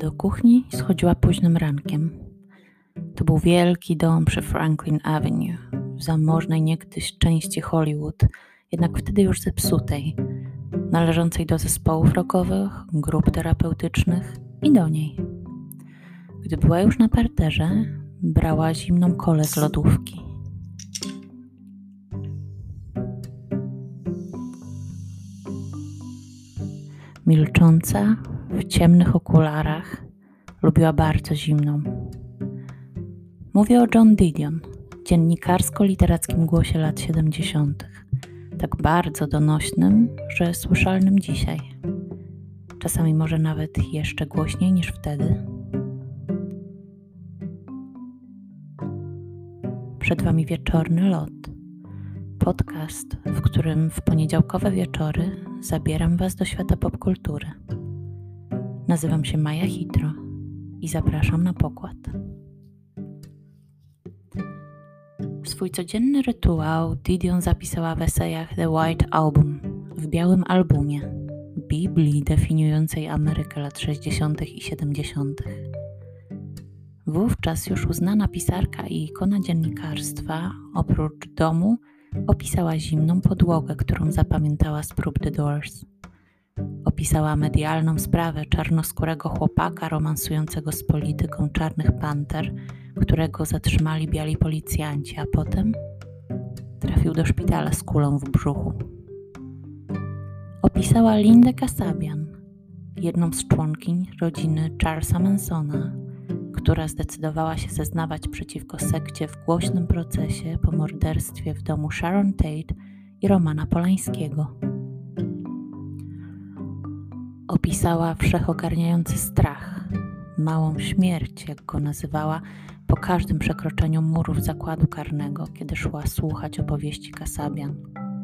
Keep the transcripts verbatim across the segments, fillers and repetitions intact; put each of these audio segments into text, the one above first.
do kuchni i schodziła późnym rankiem. To był wielki dom przy Franklin Avenue, w zamożnej niegdyś części Hollywood, jednak wtedy już zepsutej, należącej do zespołów rockowych, grup terapeutycznych i do niej. Gdy była już na parterze, brała zimną kolę z lodówki. Milcząca, w ciemnych okularach, lubiła bardzo zimną. Mówię o Joan Didion, dziennikarsko-literackim głosie lat siedemdziesiątych, tak bardzo donośnym, że słyszalnym dzisiaj. Czasami może nawet jeszcze głośniej niż wtedy. Przed Wami Wieczorny Lot, podcast, w którym w poniedziałkowe wieczory zabieram Was do świata popkultury. Nazywam się Maja Hitro i zapraszam na pokład. Swój codzienny rytuał Didion zapisała w esejach The White Album, w Białym Albumie, Biblii definiującej Amerykę lat sześćdziesiątych i siedemdziesiątych. Wówczas już uznana pisarka i ikona dziennikarstwa, oprócz domu, opisała zimną podłogę, którą zapamiętała z prób The Doors. Opisała medialną sprawę czarnoskórego chłopaka romansującego z polityką Czarnych Panter, którego zatrzymali biali policjanci, a potem trafił do szpitala z kulą w brzuchu. Opisała Lindę Kasabian, jedną z członkiń rodziny Charlesa Mansona, która zdecydowała się zeznawać przeciwko sekcie w głośnym procesie po morderstwie w domu Sharon Tate i Romana Polańskiego. Opisała wszechogarniający strach, małą śmierć, jak go nazywała, po każdym przekroczeniu murów zakładu karnego, kiedy szła słuchać opowieści Kasabian.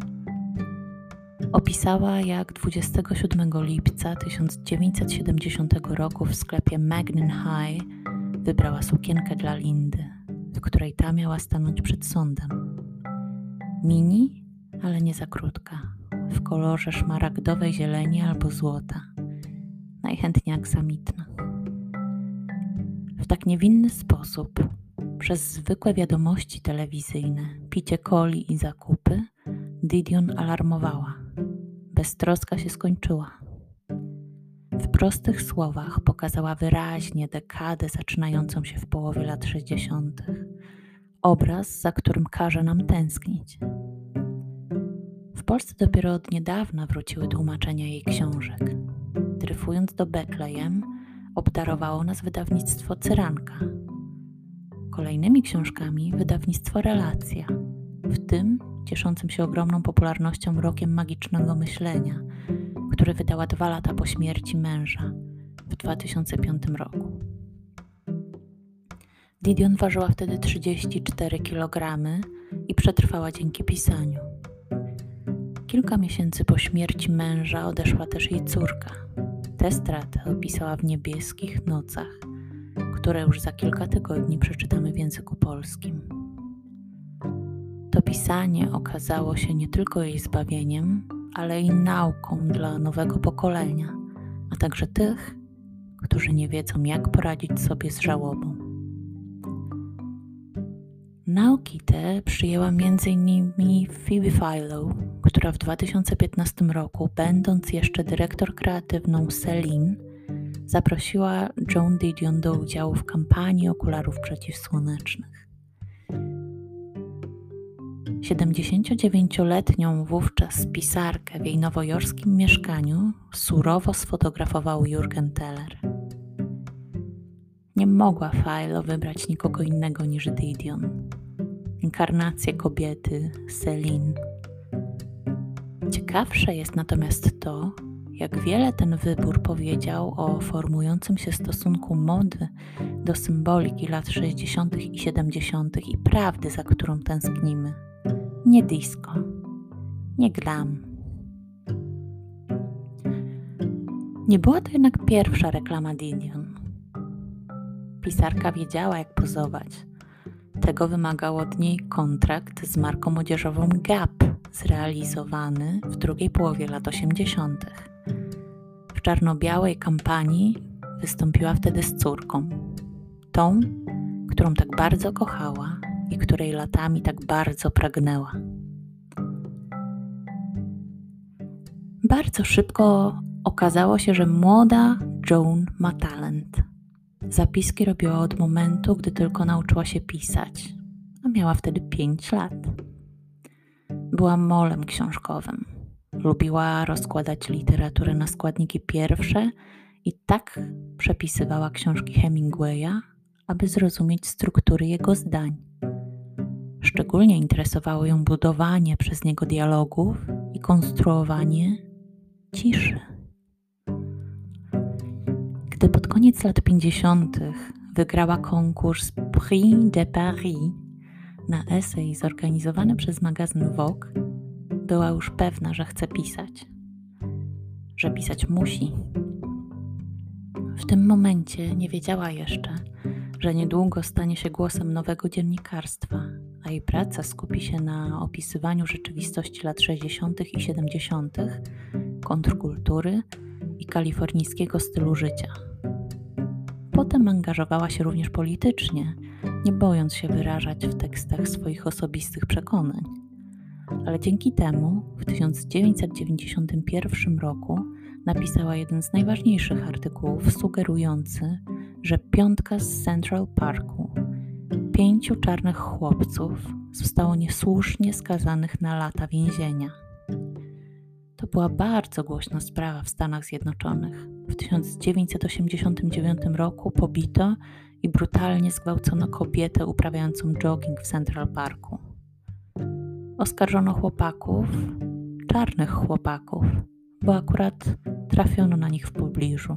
Opisała, jak dwudziestego siódmego lipca tysiąc dziewięćset siedemdziesiątego roku w sklepie Magnin High wybrała sukienkę dla Lindy, w której ta miała stanąć przed sądem. Mini, ale nie za krótka, w kolorze szmaragdowej zieleni albo złota, najchętniej aksamitna. W tak niewinny sposób, przez zwykłe wiadomości telewizyjne, picie coli i zakupy, Didion alarmowała. Beztroska się skończyła. W prostych słowach pokazała wyraźnie dekadę zaczynającą się w połowie lat sześćdziesiątych. Obraz, za którym każe nam tęsknić. W Polsce dopiero od niedawna wróciły tłumaczenia jej książek. Dryfując do Betlejem, obdarowało nas wydawnictwo Cyranka. Kolejnymi książkami wydawnictwo Relacja, w tym cieszącym się ogromną popularnością Rokiem magicznego myślenia, który wydała dwa lata po śmierci męża w dwa tysiące piątym roku. Didion ważyła wtedy trzydzieści cztery kilogramy i przetrwała dzięki pisaniu. Kilka miesięcy po śmierci męża odeszła też jej córka. Tę stratę opisała w Niebieskich nocach, które już za kilka tygodni przeczytamy w języku polskim. To pisanie okazało się nie tylko jej zbawieniem, ale i nauką dla nowego pokolenia, a także tych, którzy nie wiedzą, jak poradzić sobie z żałobą. Nauki te przyjęła między innymi Phoebe Philo, która w dwa tysiące piętnastym roku, będąc jeszcze dyrektor kreatywną Celine, zaprosiła Joan Didion do udziału w kampanii okularów przeciwsłonecznych. siedemdziesięciodziewięcioletnią wówczas pisarkę w jej nowojorskim mieszkaniu surowo sfotografował Jürgen Teller. Nie mogła Philo wybrać nikogo innego niż Didion, inkarnację kobiety, Celine. Ciekawsze jest natomiast to, jak wiele ten wybór powiedział o formującym się stosunku mody do symboliki lat sześćdziesiątych i siedemdziesiątych i prawdy, za którą tęsknimy. Nie disco, nie glam. Nie była to jednak pierwsza reklama Didion. Pisarka wiedziała, jak pozować. Tego wymagał od niej kontrakt z marką odzieżową Gap, zrealizowany w drugiej połowie lat osiemdziesiątych. W czarno-białej kampanii wystąpiła wtedy z córką, tą, którą tak bardzo kochała i której latami tak bardzo pragnęła. Bardzo szybko okazało się, że młoda Joan ma talent. Zapiski robiła od momentu, gdy tylko nauczyła się pisać, a miała wtedy pięć lat. Była molem książkowym. Lubiła rozkładać literaturę na składniki pierwsze i tak przepisywała książki Hemingwaya, aby zrozumieć struktury jego zdań. Szczególnie interesowało ją budowanie przez niego dialogów i konstruowanie ciszy. Gdy pod koniec lat pięćdziesiątych wygrała konkurs Prix de Paris na esej zorganizowany przez magazyn Vogue, była już pewna, że chce pisać, że pisać musi. W tym momencie nie wiedziała jeszcze, że niedługo stanie się głosem nowego dziennikarstwa, a jej praca skupi się na opisywaniu rzeczywistości lat sześćdziesiątych i siedemdziesiątych, kontrkultury i kalifornijskiego stylu życia. Potem angażowała się również politycznie, nie bojąc się wyrażać w tekstach swoich osobistych przekonań. Ale dzięki temu w tysiąc dziewięćset dziewięćdziesiątym pierwszym roku napisała jeden z najważniejszych artykułów sugerujący, że piątka z Central Parku, pięciu czarnych chłopców, zostało niesłusznie skazanych na lata więzienia. To była bardzo głośna sprawa w Stanach Zjednoczonych. W tysiąc dziewięćset osiemdziesiątym dziewiątym roku pobito i brutalnie zgwałcono kobietę uprawiającą jogging w Central Parku. Oskarżono chłopaków, czarnych chłopaków, bo akurat trafiono na nich w pobliżu.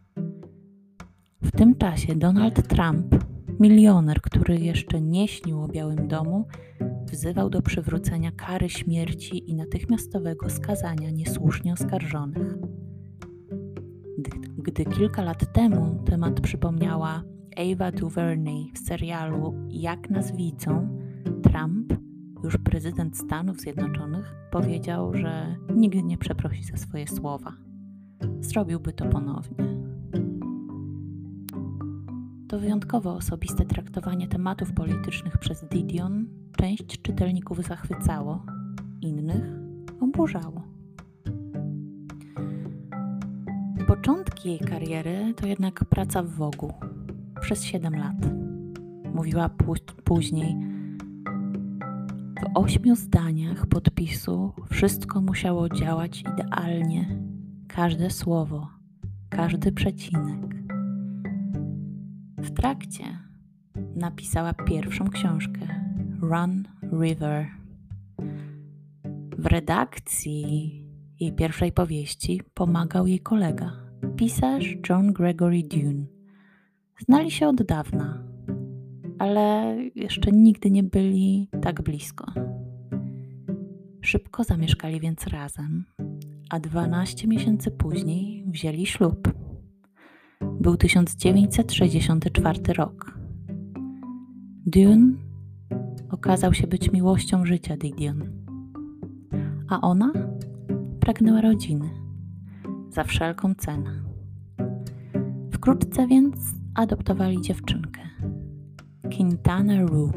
W tym czasie Donald Trump, milioner, który jeszcze nie śnił o Białym Domu, wzywał do przywrócenia kary śmierci i natychmiastowego skazania niesłusznie oskarżonych. Gdy, gdy kilka lat temu temat przypomniała Ava DuVernay w serialu Jak nas widzą, Trump, już prezydent Stanów Zjednoczonych, powiedział, że nigdy nie przeprosi za swoje słowa. Zrobiłby to ponownie. To wyjątkowo osobiste traktowanie tematów politycznych przez Didion część czytelników zachwycało, innych oburzało. Początki jej kariery to jednak praca w Vogue'u przez siedem lat. Mówiła pu- później: w ośmiu zdaniach podpisu wszystko musiało działać idealnie, każde słowo, każdy przecinek. W trakcie napisała pierwszą książkę Run River. W redakcji jej pierwszej powieści pomagał jej kolega, pisarz John Gregory Dunne. Znali się od dawna, ale jeszcze nigdy nie byli tak blisko. Szybko zamieszkali więc razem, a dwanaście miesięcy później wzięli ślub. Był tysiąc dziewięćset sześćdziesiąty czwarty rok. Dunne okazał się być miłością życia Didion, a ona pragnęła rodziny za wszelką cenę. Wkrótce więc adoptowali dziewczynkę, Quintana Roo.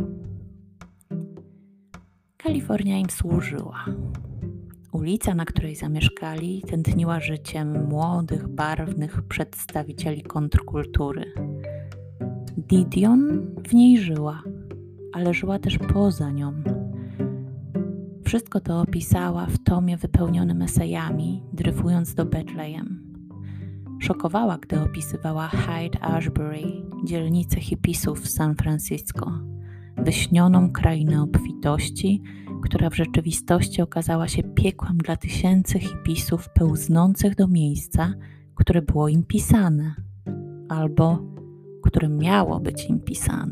Kalifornia im służyła. Ulica, na której zamieszkali, tętniła życiem młodych, barwnych przedstawicieli kontrkultury. Didion w niej żyła, ale żyła też poza nią. Wszystko to opisała w tomie wypełnionym esejami, dryfując do Betlejem. Szokowała, gdy opisywała Haight-Ashbury, dzielnicę hipisów w San Francisco, wyśnioną krainę obfitości, która w rzeczywistości okazała się piekłem dla tysięcy hipisów pełznących do miejsca, które było im pisane, albo które miało być im pisane.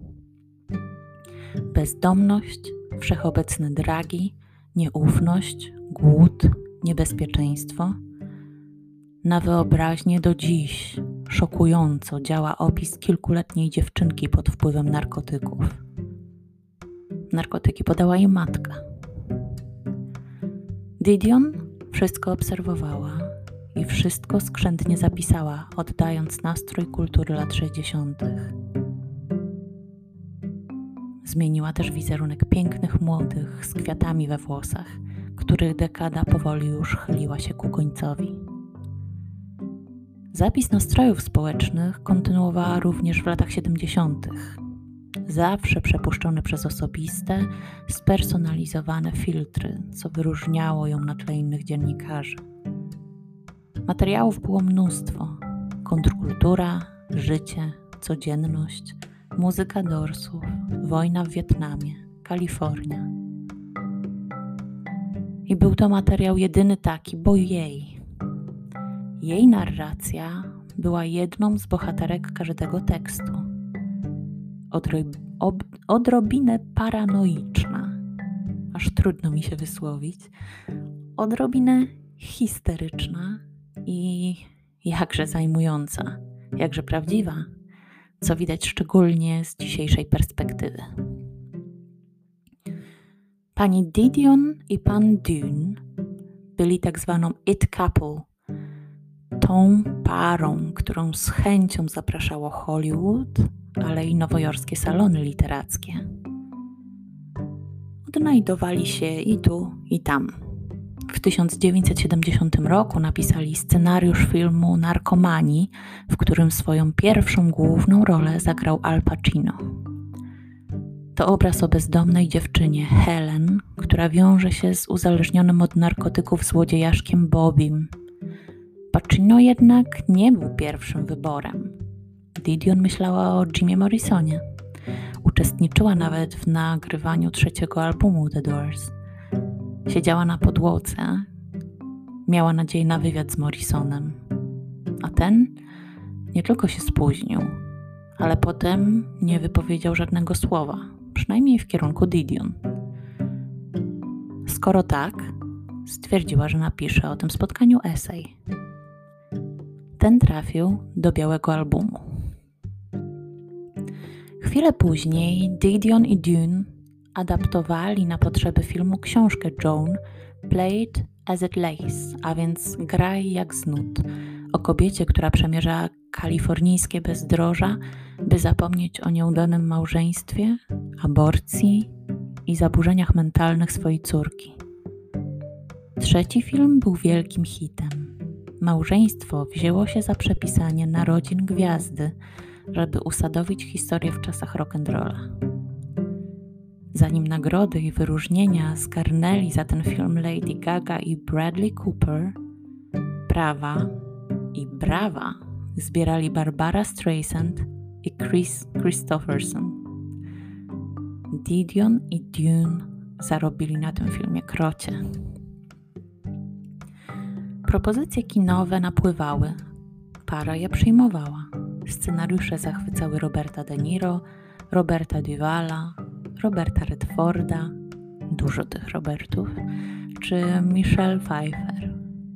Bezdomność, wszechobecne dragi, nieufność, głód, niebezpieczeństwo. Na wyobraźnię do dziś szokująco działa opis kilkuletniej dziewczynki pod wpływem narkotyków. Narkotyki podała jej matka. Didion wszystko obserwowała i wszystko skrzętnie zapisała, oddając nastrój kultury lat sześćdziesiątych. Zmieniła też wizerunek pięknych młodych z kwiatami we włosach, których dekada powoli już chyliła się ku końcowi. Zapis nastrojów społecznych kontynuowała również w latach siedemdziesiątych. Zawsze przepuszczony przez osobiste, spersonalizowane filtry, co wyróżniało ją na tle innych dziennikarzy. Materiałów było mnóstwo. Kontrkultura, życie, codzienność, muzyka Doorsów, wojna w Wietnamie, Kalifornia. I był to materiał jedyny taki, bo jej. Jej narracja była jedną z bohaterek każdego tekstu. Odro- ob- odrobinę paranoiczna, aż trudno mi się wysłowić, odrobinę histeryczna i jakże zajmująca, jakże prawdziwa, co widać szczególnie z dzisiejszej perspektywy. Pani Didion i pan Dune byli tak zwaną it couple, tą parą, którą z chęcią zapraszało Hollywood, ale i nowojorskie salony literackie. Odnajdowali się i tu, i tam. W tysiąc dziewięćset siedemdziesiątym roku napisali scenariusz filmu Narkomani, w którym swoją pierwszą główną rolę zagrał Al Pacino. To obraz o bezdomnej dziewczynie Helen, która wiąże się z uzależnionym od narkotyków złodziejaszkiem Bobim. Pacino jednak nie był pierwszym wyborem. Didion myślała o Jimie Morrisonie. Uczestniczyła nawet w nagrywaniu trzeciego albumu The Doors. Siedziała na podłodze. Miała nadzieję na wywiad z Morrisonem. A ten nie tylko się spóźnił, ale potem nie wypowiedział żadnego słowa, przynajmniej w kierunku Didion. Skoro tak, stwierdziła, że napisze o tym spotkaniu esej. Ten trafił do białego albumu. Chwilę później Didion i Dune adaptowali na potrzeby filmu książkę Joan Play It As It Lays, a więc Graj jak z nut, o kobiecie, która przemierza kalifornijskie bezdroża, by zapomnieć o nieudanym małżeństwie, aborcji i zaburzeniach mentalnych swojej córki. Trzeci film był wielkim hitem. Małżeństwo wzięło się za przepisanie narodzin gwiazdy, żeby usadowić historię w czasach rock'n'rolla. Zanim nagrody i wyróżnienia zgarnęli za ten film Lady Gaga i Bradley Cooper, prawa i brawa zbierali Barbara Streisand i Chris Christopherson. Didion i Dune zarobili na tym filmie krocie. Propozycje kinowe napływały. Para je przyjmowała. Scenariusze zachwycały Roberta De Niro, Roberta Duvala, Roberta Redforda, dużo tych Robertów, czy Michelle Pfeiffer.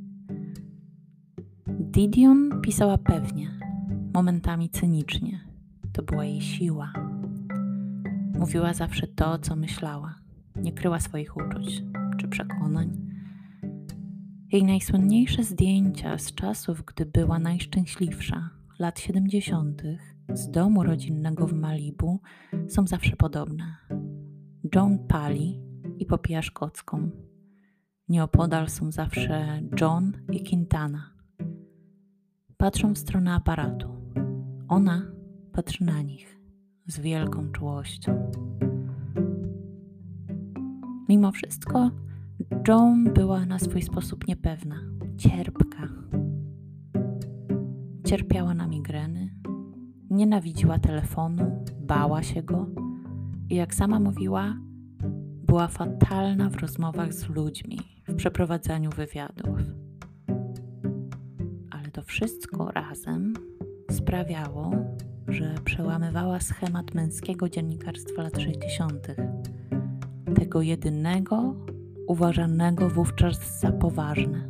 Didion pisała pewnie, momentami cynicznie. To była jej siła. Mówiła zawsze to, co myślała. Nie kryła swoich uczuć czy przekonań. Jej najsłynniejsze zdjęcia z czasów, gdy była najszczęśliwsza, lat siedemdziesiątych, z domu rodzinnego w Malibu, są zawsze podobne. Joan pali i popija szkocką. Nieopodal są zawsze John i Quintana. Patrzą w stronę aparatu. Ona patrzy na nich z wielką czułością. Mimo wszystko Joan była na swój sposób niepewna, cierpka. Cierpiała na migreny, nienawidziła telefonu, bała się go i jak sama mówiła, była fatalna w rozmowach z ludźmi, w przeprowadzaniu wywiadów. Ale to wszystko razem sprawiało, że przełamywała schemat męskiego dziennikarstwa lat sześćdziesiątych. Tego jedynego, uważanego wówczas za poważne.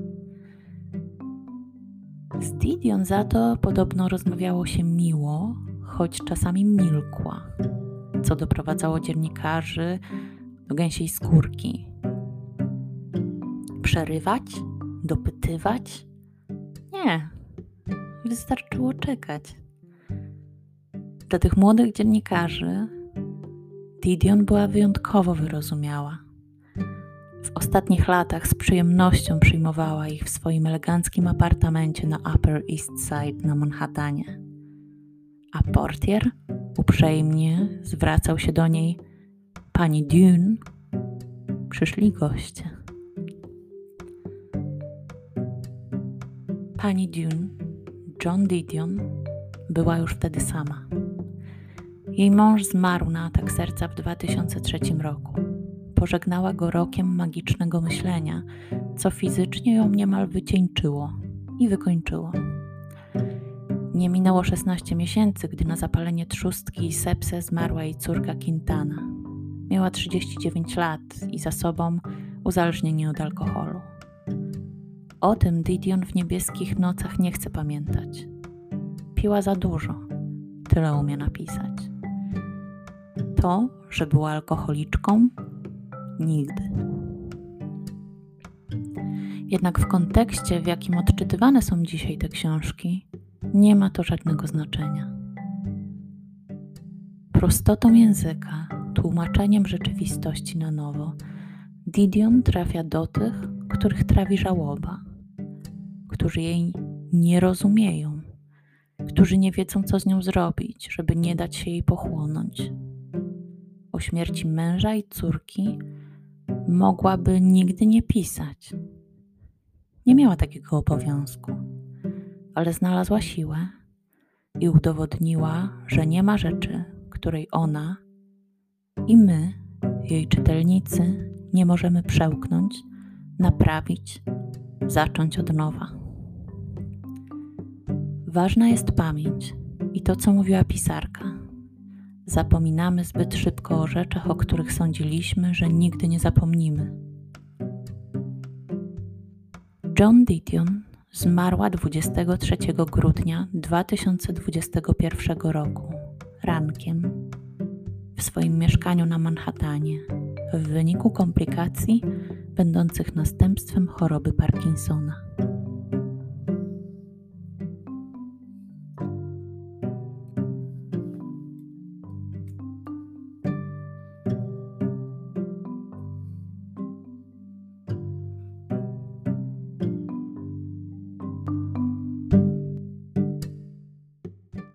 Z Didion za to podobno rozmawiało się miło, choć czasami milkła, co doprowadzało dziennikarzy do gęsiej skórki. Przerywać, dopytywać, Nie, wystarczyło czekać. Dla tych młodych dziennikarzy Didion była wyjątkowo wyrozumiała. W ostatnich latach z przyjemnością przyjmowała ich w swoim eleganckim apartamencie na Upper East Side na Manhattanie. A portier uprzejmie zwracał się do niej: pani Dune, przyszli goście. Pani Dune, Joan Didion, była już wtedy sama. Jej mąż zmarł na atak serca w dwa tysiące trzecim roku. Pożegnała go rokiem magicznego myślenia, co fizycznie ją niemal wycieńczyło i wykończyło. Nie minęło szesnaście miesięcy, gdy na zapalenie trzustki i sepsę zmarła jej córka Quintana. Miała trzydzieści dziewięć lat i za sobą uzależnienie od alkoholu. O tym Didion w niebieskich nocach nie chce pamiętać. Piła za dużo, tyle umie napisać. To, że była alkoholiczką, nigdy. Jednak w kontekście, w jakim odczytywane są dzisiaj te książki, nie ma to żadnego znaczenia. Prostotą języka, tłumaczeniem rzeczywistości na nowo, Didion trafia do tych, których trawi żałoba, którzy jej nie rozumieją, którzy nie wiedzą, co z nią zrobić, żeby nie dać się jej pochłonąć. O śmierci męża i córki mogłaby nigdy nie pisać. Nie miała takiego obowiązku, ale znalazła siłę i udowodniła, że nie ma rzeczy, której ona i my, jej czytelnicy, nie możemy przełknąć, naprawić, zacząć od nowa. Ważna jest pamięć i to, co mówiła pisarka. Zapominamy zbyt szybko o rzeczach, o których sądziliśmy, że nigdy nie zapomnimy. Joan Didion zmarła dwudziestego trzeciego grudnia dwa tysiące dwudziestego pierwszego roku, rankiem, w swoim mieszkaniu na Manhattanie, w wyniku komplikacji będących następstwem choroby Parkinsona.